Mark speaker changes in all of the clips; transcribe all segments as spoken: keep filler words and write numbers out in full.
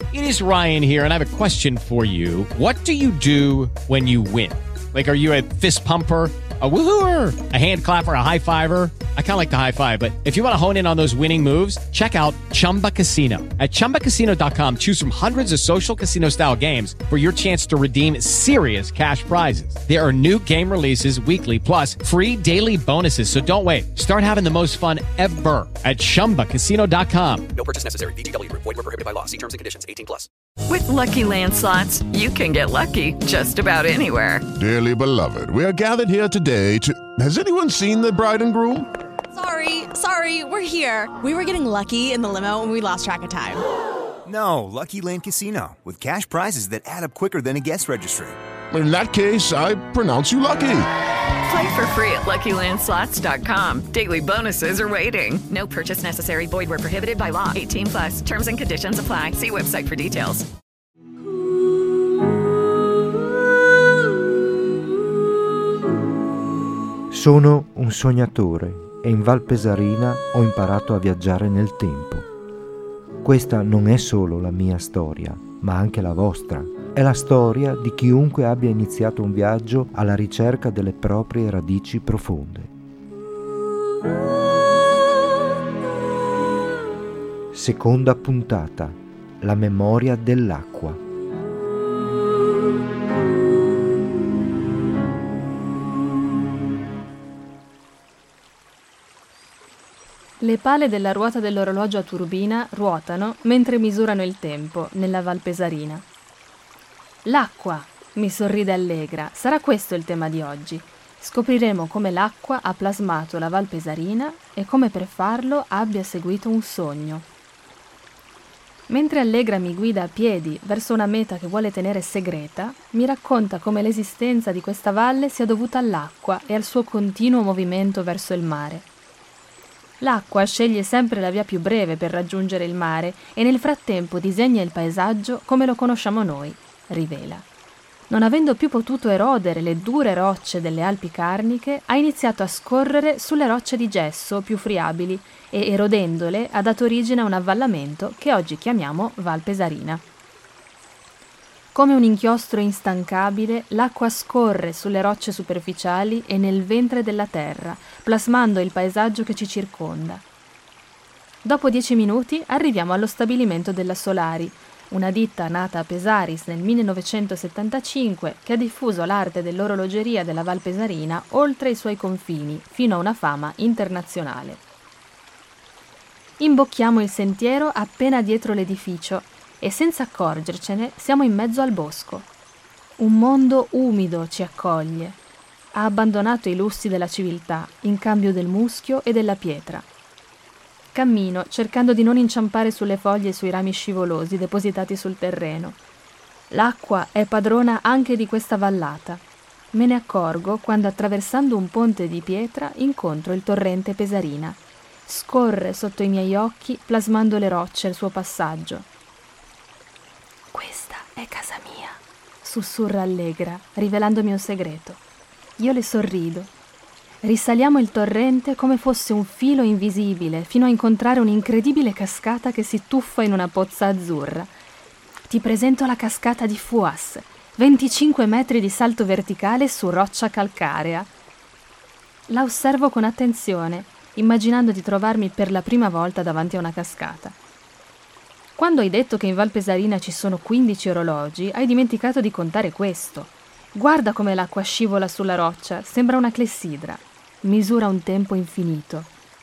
Speaker 1: It is Ryan here, and I have a question for you. What do you do when you win? Like, are you a fist pumper, a woohooer, a hand clapper, a high fiver? I kind of like the high five, but if you want to hone in on those winning moves, check out Chumba Casino. At chumba casino dot com, choose from hundreds of social casino style games for your chance to redeem serious cash prizes. There are new game releases weekly, plus free daily bonuses. So don't wait. Start having the most fun ever at chumba casino dot com.
Speaker 2: No purchase necessary. V G W Group. Void where prohibited by law. See terms and conditions. eighteen plus.
Speaker 3: With Lucky Land Slots, you can get lucky just about anywhere.
Speaker 4: Dearly beloved, we are gathered here today to... Has anyone seen the bride and groom?
Speaker 5: Sorry, sorry, we're here. We were getting lucky in the limo and we lost track of time.
Speaker 6: No, Lucky Land Casino, with cash prizes that add up quicker than a guest registry.
Speaker 4: In that case, I pronounce you lucky.
Speaker 3: Play for free at lucky land slots dot com. Daily bonuses are waiting. No purchase necessary. Void where prohibited by law. eighteen plus. Terms and conditions apply. See website for details.
Speaker 7: Sono un sognatore e in Val Pesarina ho imparato a viaggiare nel tempo. Questa non è solo la mia storia, ma anche la vostra. È la storia di chiunque abbia iniziato un viaggio alla ricerca delle proprie radici profonde. Seconda puntata: la memoria dell'acqua.
Speaker 8: Le pale della ruota dell'orologio a turbina ruotano mentre misurano il tempo nella Val Pesarina. L'acqua, mi sorride allegra, sarà questo il tema di oggi. Scopriremo come l'acqua ha plasmato la Val Pesarina e come per farlo abbia seguito un sogno. Mentre Allegra mi guida a piedi verso una meta che vuole tenere segreta, mi racconta come l'esistenza di questa valle sia dovuta all'acqua e al suo continuo movimento verso il mare. L'acqua sceglie sempre la via più breve per raggiungere il mare e nel frattempo disegna il paesaggio come lo conosciamo noi, rivela. Non avendo più potuto erodere le dure rocce delle Alpi Carniche, ha iniziato a scorrere sulle rocce di gesso più friabili e, erodendole, ha dato origine a un avvallamento che oggi chiamiamo Val Pesarina. Come un inchiostro instancabile, l'acqua scorre sulle rocce superficiali e nel ventre della terra, plasmando il paesaggio che ci circonda. Dopo dieci minuti arriviamo allo stabilimento della Solari, una ditta nata a Pesaris nel millenovecentosettantacinque che ha diffuso l'arte dell'orologeria della Val Pesarina oltre i suoi confini, fino a una fama internazionale. Imbocchiamo il sentiero appena dietro l'edificio e senza accorgercene siamo in mezzo al bosco. Un mondo umido ci accoglie. Ha abbandonato i lussi della civiltà in cambio del muschio e della pietra. Cammino cercando di non inciampare sulle foglie e sui rami scivolosi depositati sul terreno. L'acqua è padrona anche di questa vallata. Me ne accorgo quando, attraversando un ponte di pietra, incontro il torrente Pesarina. Scorre sotto i miei occhi, plasmando le rocce al suo passaggio. «Questa è casa mia», sussurra Allegra, rivelandomi un segreto. Io le sorrido. Risaliamo il torrente come fosse un filo invisibile, fino a incontrare un'incredibile cascata che si tuffa in una pozza azzurra. Ti presento la cascata di Fuas, venticinque metri di salto verticale su roccia calcarea. La osservo con attenzione, immaginando di trovarmi per la prima volta davanti a una cascata. Quando hai detto che in Val Pesarina ci sono quindici orologi, hai dimenticato di contare questo. Guarda come l'acqua scivola sulla roccia, sembra una clessidra. Misura un tempo infinito.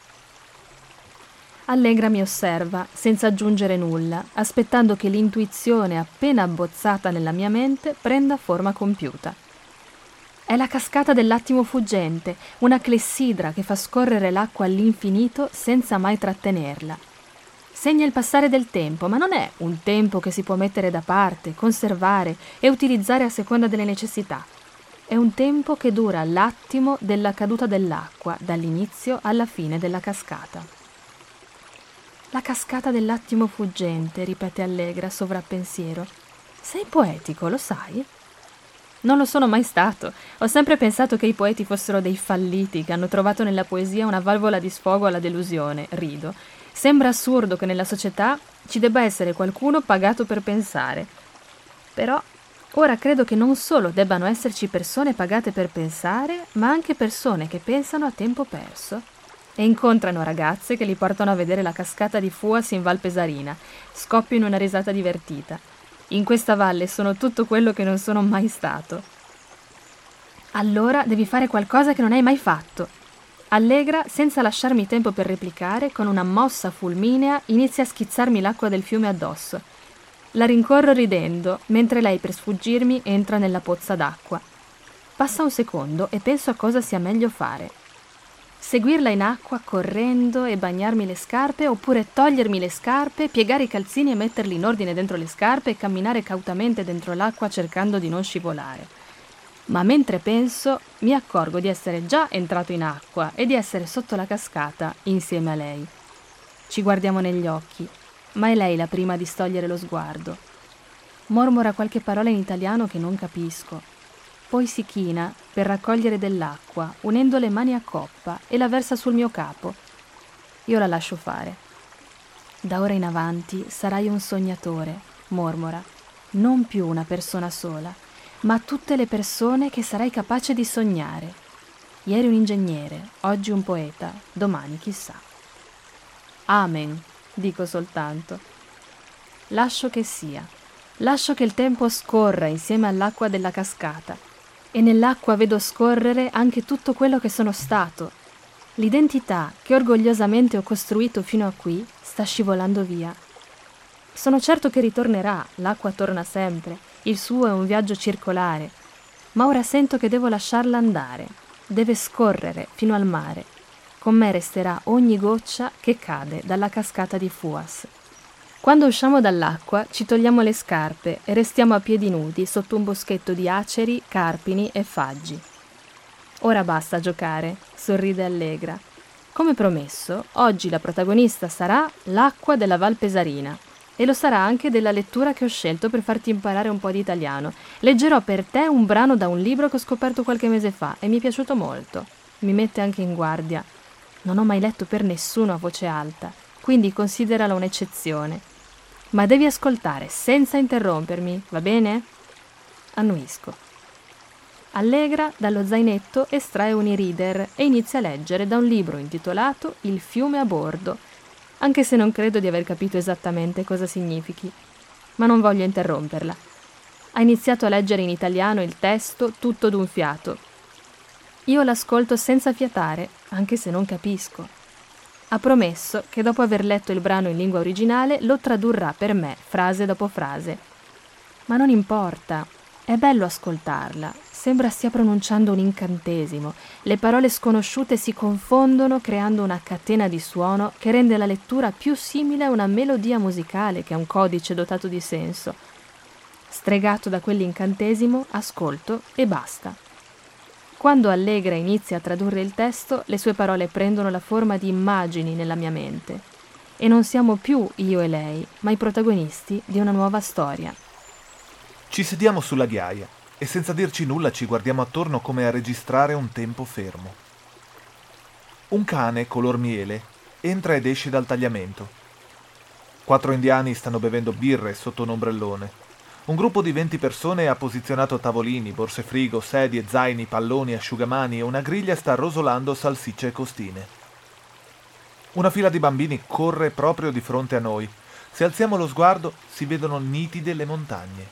Speaker 8: Allegra mi osserva, senza aggiungere nulla, aspettando che l'intuizione appena abbozzata nella mia mente prenda forma compiuta. È la cascata dell'attimo fuggente, una clessidra che fa scorrere l'acqua all'infinito senza mai trattenerla. Segna il passare del tempo, ma non è un tempo che si può mettere da parte, conservare e utilizzare a seconda delle necessità. È un tempo che dura l'attimo della caduta dell'acqua, dall'inizio alla fine della cascata. La cascata dell'attimo fuggente, ripete Allegra, sovrappensiero. Sei poetico, lo sai? Non lo sono mai stato. Ho sempre pensato che i poeti fossero dei falliti, che hanno trovato nella poesia una valvola di sfogo alla delusione. Rido. Sembra assurdo che nella società ci debba essere qualcuno pagato per pensare. Però ora credo che non solo debbano esserci persone pagate per pensare, ma anche persone che pensano a tempo perso e incontrano ragazze che li portano a vedere la cascata di Fuas in Val Pesarina. Scoppio in una risata divertita. In questa valle sono tutto quello che non sono mai stato. Allora devi fare qualcosa che non hai mai fatto. Allegra, senza lasciarmi tempo per replicare, con una mossa fulminea inizia a schizzarmi l'acqua del fiume addosso. La rincorro ridendo, mentre lei per sfuggirmi entra nella pozza d'acqua. Passa un secondo e penso a cosa sia meglio fare. Seguirla in acqua correndo e bagnarmi le scarpe, oppure togliermi le scarpe, piegare i calzini e metterli in ordine dentro le scarpe e camminare cautamente dentro l'acqua cercando di non scivolare. Ma mentre penso, mi accorgo di essere già entrato in acqua e di essere sotto la cascata insieme a lei. Ci guardiamo negli occhi, ma è lei la prima a distogliere lo sguardo. Mormora qualche parola in italiano che non capisco. Poi si china per raccogliere dell'acqua, unendo le mani a coppa, e la versa sul mio capo. Io la lascio fare. Da ora in avanti sarai un sognatore, mormora. Non più una persona sola, ma tutte le persone che sarai capace di sognare. Ieri un ingegnere, oggi un poeta, domani chissà. Amen, dico soltanto. Lascio che sia. Lascio che il tempo scorra insieme all'acqua della cascata. E nell'acqua vedo scorrere anche tutto quello che sono stato. L'identità che orgogliosamente ho costruito fino a qui sta scivolando via. Sono certo che ritornerà, l'acqua torna sempre, il suo è un viaggio circolare, ma ora sento che devo lasciarla andare, deve scorrere fino al mare. Con me resterà ogni goccia che cade dalla cascata di Fuas. Quando usciamo dall'acqua ci togliamo le scarpe e restiamo a piedi nudi sotto un boschetto di aceri, carpini e faggi. Ora basta giocare, sorride allegra. Come promesso, oggi la protagonista sarà l'acqua della Val Pesarina e lo sarà anche della lettura che ho scelto per farti imparare un po' di italiano. Leggerò per te un brano da un libro che ho scoperto qualche mese fa e mi è piaciuto molto. Mi mette anche in guardia. Non ho mai letto per nessuno a voce alta, quindi considerala un'eccezione. Ma devi ascoltare senza interrompermi, va bene? Annuisco. Allegra dallo zainetto estrae un e-reader e inizia a leggere da un libro intitolato Il fiume a bordo, anche se non credo di aver capito esattamente cosa significhi. Ma non voglio interromperla. Ha iniziato a leggere in italiano il testo tutto d'un fiato. Io l'ascolto senza fiatare, anche se non capisco. Ha promesso che dopo aver letto il brano in lingua originale lo tradurrà per me, frase dopo frase. Ma non importa, è bello ascoltarla, sembra stia pronunciando un incantesimo, le parole sconosciute si confondono creando una catena di suono che rende la lettura più simile a una melodia musicale che a un codice dotato di senso. Stregato da quell'incantesimo, ascolto e basta. Quando Allegra inizia a tradurre il testo, le sue parole prendono la forma di immagini nella mia mente. E non siamo più io e lei, ma i protagonisti di una nuova storia.
Speaker 9: Ci sediamo sulla ghiaia e senza dirci nulla ci guardiamo attorno come a registrare un tempo fermo. Un cane color miele entra ed esce dal tagliamento. Quattro indiani stanno bevendo birre sotto un ombrellone. Un gruppo di venti persone ha posizionato tavolini, borse frigo, sedie, zaini, palloni, asciugamani e una griglia sta rosolando salsicce e costine. Una fila di bambini corre proprio di fronte a noi. Se alziamo lo sguardo si vedono nitide le montagne.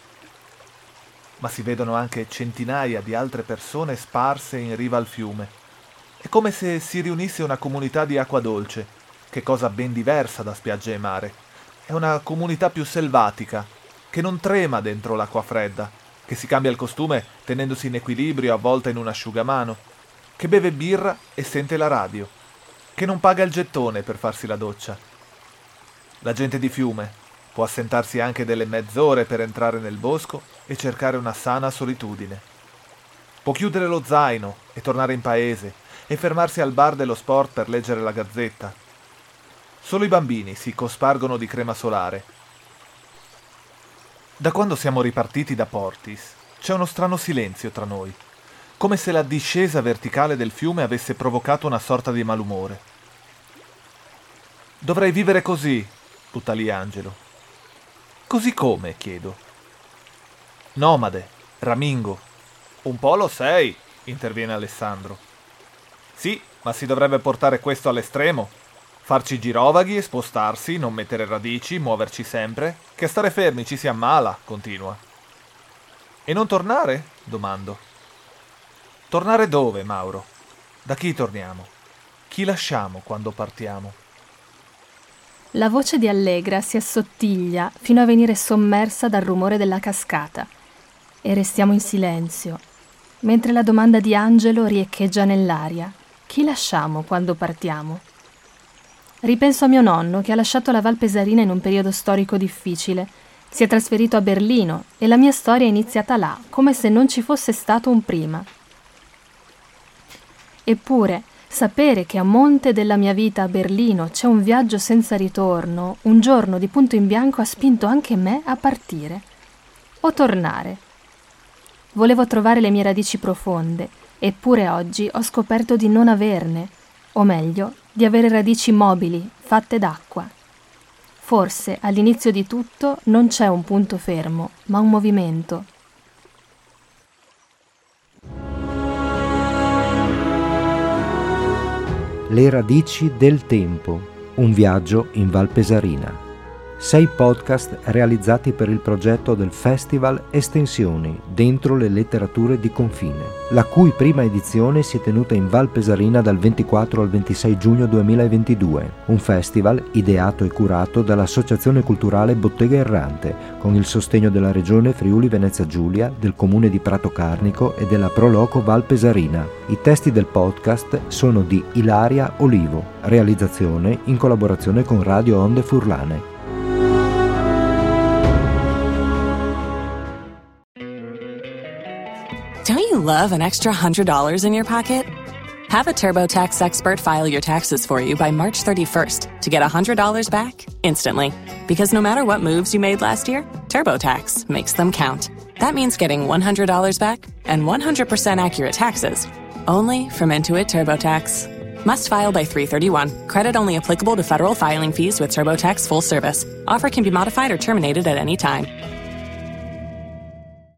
Speaker 9: Ma si vedono anche centinaia di altre persone sparse in riva al fiume. È come se si riunisse una comunità di acqua dolce, che cosa ben diversa da spiagge e mare. È una comunità più selvatica, che non trema dentro l'acqua fredda, che si cambia il costume tenendosi in equilibrio avvolta in un asciugamano, che beve birra e sente la radio, che non paga il gettone per farsi la doccia. La gente di fiume può assentarsi anche delle mezz'ore per entrare nel bosco e cercare una sana solitudine. Può chiudere lo zaino e tornare in paese e fermarsi al bar dello sport per leggere la Gazzetta. Solo i bambini si cospargono di crema solare. Da quando siamo ripartiti da Portis, c'è uno strano silenzio tra noi, come se la discesa verticale del fiume avesse provocato una sorta di malumore. Dovrei vivere così, butta lì Angelo. Così come, chiedo. Nomade, ramingo. Un po' lo sei, interviene Alessandro. Sì, ma si dovrebbe portare questo all'estremo. Farci girovaghi e spostarsi, non mettere radici, muoverci sempre, che stare fermi ci si ammala, continua. E non tornare? Domando. Tornare dove, Mauro? Da chi torniamo? Chi lasciamo quando partiamo?
Speaker 8: La voce di Allegra si assottiglia fino a venire sommersa dal rumore della cascata e restiamo in silenzio, mentre la domanda di Angelo riecheggia nell'aria. Chi lasciamo quando partiamo? Ripenso a mio nonno che ha lasciato la Val Pesarina in un periodo storico difficile. Si è trasferito a Berlino e la mia storia è iniziata là, come se non ci fosse stato un prima. Eppure, sapere che a monte della mia vita a Berlino c'è un viaggio senza ritorno, un giorno di punto in bianco ha spinto anche me a partire. O tornare. Volevo trovare le mie radici profonde, eppure oggi ho scoperto di non averne, o meglio, di avere radici mobili, fatte d'acqua. Forse all'inizio di tutto non c'è un punto fermo, ma un movimento.
Speaker 7: Le radici del tempo, un viaggio in Val Pesarina. Sei podcast realizzati per il progetto del Festival Estensioni, dentro le letterature di confine, la cui prima edizione si è tenuta in Val Pesarina dal ventiquattro al ventisei giugno duemilaventidue, un festival ideato e curato dall'Associazione Culturale Bottega Errante, con il sostegno della Regione Friuli Venezia Giulia, del Comune di Prato Carnico e della Proloco Val Pesarina. I testi del podcast sono di Ilaria Olivo, realizzazione in collaborazione con Radio Onde Furlane.
Speaker 10: Don't you love an extra one hundred dollars in your pocket? Have a TurboTax expert file your taxes for you by March thirty-first to get one hundred dollars back instantly. Because no matter what moves you made last year, TurboTax makes them count. That means getting one hundred dollars back and one hundred percent accurate taxes, only from Intuit TurboTax. Must file by three thirty-one. Credit only applicable to federal filing fees with TurboTax full service. Offer can be modified or terminated at any time.